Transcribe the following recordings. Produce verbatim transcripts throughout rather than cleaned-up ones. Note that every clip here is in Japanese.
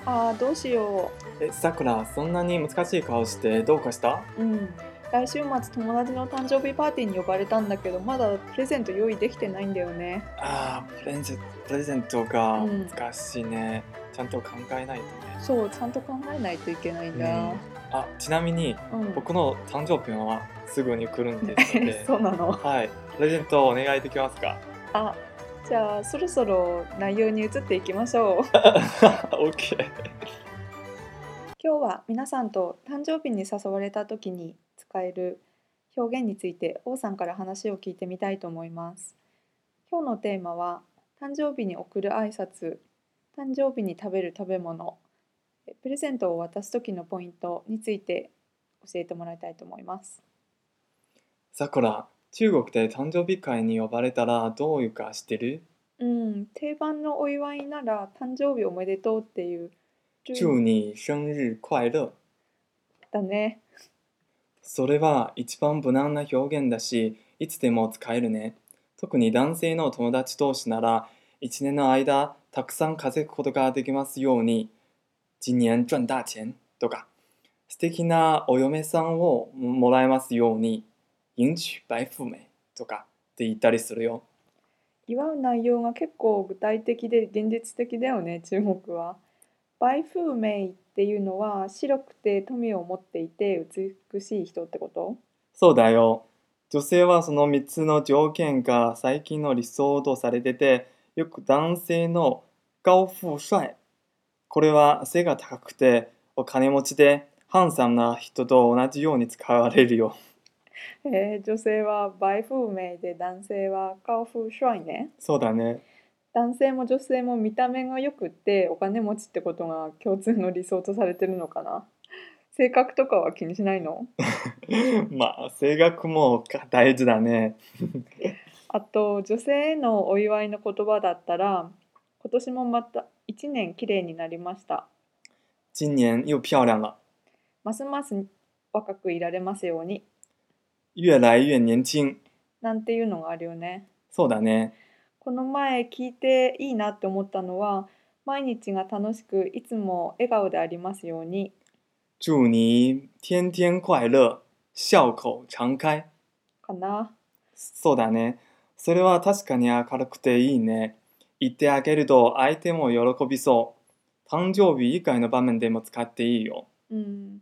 ああ、どうしよえ、さくら、そんなに難しい顔してどうかした？ う。うん。来週末友達の誕生日パーティーに呼ばれたんだけど、まだプレゼント用意できてないんだよね。 ああ、プレゼンプレゼントがうん。 難しいね。ちゃんと考えないとね。 そう、ちゃんと考えないといけないんうだ。 ん。あ、ちなみにうん。 僕の誕生日はすぐに来るんですので、 そうなの。 はい、プレゼントお願いできますか？ あ、じゃあそろそろ内容に移っていきましょう。 オッケー。 今日は皆さんと誕生日に誘われた時に使える表現について王さんから話を聞いてみたいと思います。今日のテーマは誕生日に贈る挨拶、誕生日に食べる食べ物、プレゼントを渡す時のポイントについて教えてもらいたいと思います。 さくら、中国で誕生日会に呼ばれたらどういうか知ってる？ うん、定番のお祝いなら誕生日おめでとうっていう祝你生日快乐。 だね。 それは一番無難な表現だし、いつでも使えるね。特に男性の友達同士なら、一年の間たくさん稼ぐことができますように、今年赚大钱とか、素敵なお嫁さんをもらえますように、迎娶白富美とかって言ったりするよ。 祝う内容が結構具体的で現実的だよね、中国は。白富美っていうのは白くて富を持っていて美しい人ってこと？ そうだよ。女性はそのみっつの条件が最近の理想とされてて、よく男性の高富帥、これは背が高くてお金持ちでハンサムな人と同じように使われるよ。 えー、女性は白富美で男性は高富帥ね。 そうだね。 男性も女性も見た目が良くってお金持ちってことが共通の理想とされてるのかな。性格とかは気にしないの？ まあ、性格も大事だね。 あと女性へのお祝いの言葉だったら今年もまたいちねんきれいになりました。 今年又漂亮了。 ますます若くいられますように。 越来越年轻。 なんていうのがあるよね。 そうだね。 この前聞いていいなって思ったのは、毎日が楽しくいつも笑顔でありますように祝你天天快乐、笑口常開。 かな。 そうだね。それは確かに明るくていいね。言ってあげると相手も喜びそう。誕生日以外の場面でも使っていいよ。 うん。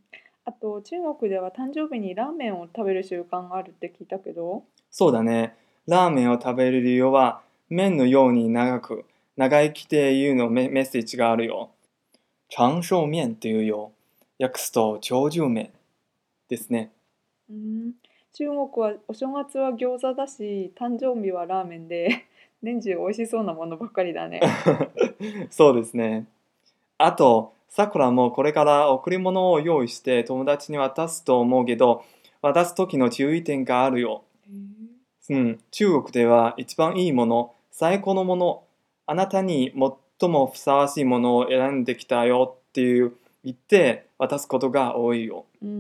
あと中国では誕生日にラーメンを食べる習慣があるって聞いたけど、 そうだね。ラーメンを食べる理由は、麺のように長く、長生きっていうのメメッセージがあるよ。長寿麺っていうよ。訳すと長寿麺ですね。 うん、中国はお正月は餃子だし、誕生日はラーメンで年中美味しそうなものばっかりだね。 そうですね。あと、さくらもこれから贈り物を用意して友達に渡すと思うけど、渡す時の注意点があるよ。 へえ。 うん、中国では一番いいもの、最高のもの、あなたに最もふさわしいものを選んできたよっていう言って渡すことが多いよ。 うん。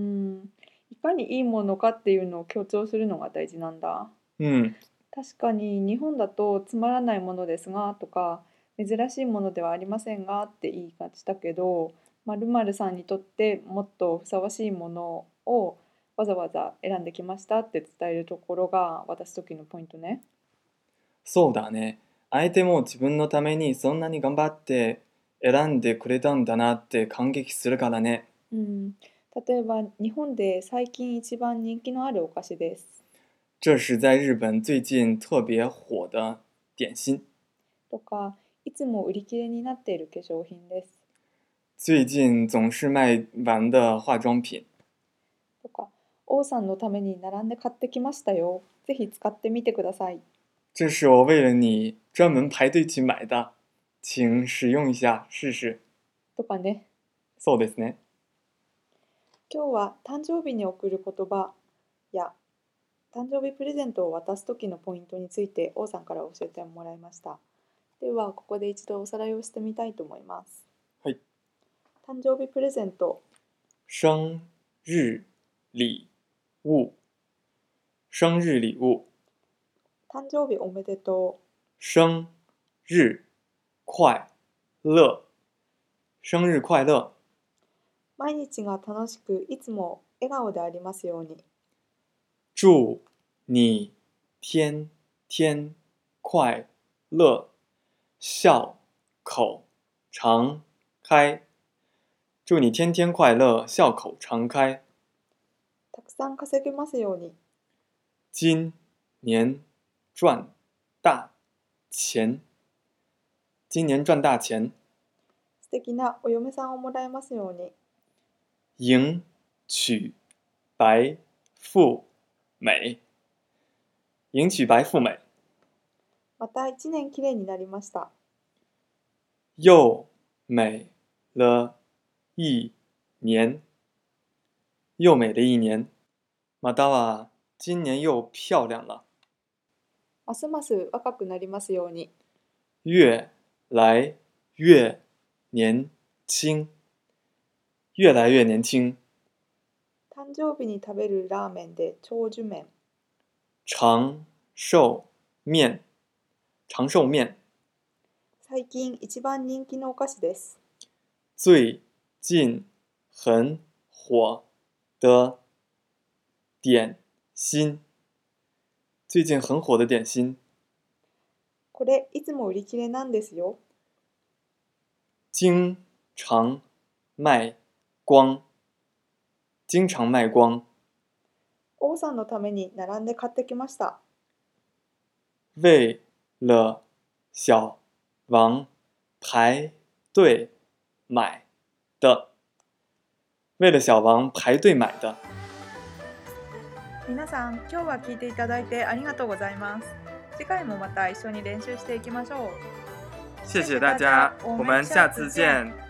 いかにいいものかっていうのを強調するのが大事なんだ。 うん、 確かに日本だとつまらないものですがとか珍しいものではありませんがって言いがちだけど、〇〇さんにとってもっとふさわしいものをわざわざ選んできましたって伝えるところが渡す時のポイントね。 そうだね。相手も自分のためにそんなに頑張って選んでくれたんだなって感激するからね。 うん、例えば日本で最近一番人気のあるお菓子です。 这是在日本最近特别火的点心。 とか、いつも売り切れになっている化粧品です。 最近总是卖完的化妆品。 とか、王さんのために並んで買ってきましたよ。ぜひ使ってみてください。 这是我为了你专门排队去买的，请使用一下试试。 とかね。 そうですね。 今日は誕生日に贈る言葉や誕生日プレゼントを渡す時のポイントについて王さんから教えてもらいました。では、ここで一度おさらいをしてみたいと思います。 はい。 誕生日プレゼント。 生日礼物。生日礼物。 誕生日おめでとう。 生日快乐。 生日快乐。 毎日が楽しく、いつも笑顔でありますように。 祝你天天快乐，笑口常开。祝你天天快乐，笑口常开。 たくさん稼げますように。 今年赚大钱。今年赚大钱。 素敵なお嫁さんをもらえますように。 迎娶白富美。迎娶白富美。 また一年きれいになりました。 又美了一年。又美了一年。または今年又漂亮了。 ますます若くなりますように。 越来越年轻。越来越年轻。 誕生日に食べるラーメンで長寿麺。 長寿面。長寿面。 最近一番人気のお菓子です。 最近很火的点心。最近很火的点心。 これいつも売り切れなんですよ。 经常卖光。经常卖光。 王さんのために並んで買ってきました。 为了小王排队买的。为了小王排队买的。 皆さん、今日は聞いていただいてありがとうございます。次回もまた一緒に練習していきましょう。 谢谢大家，我们下次见。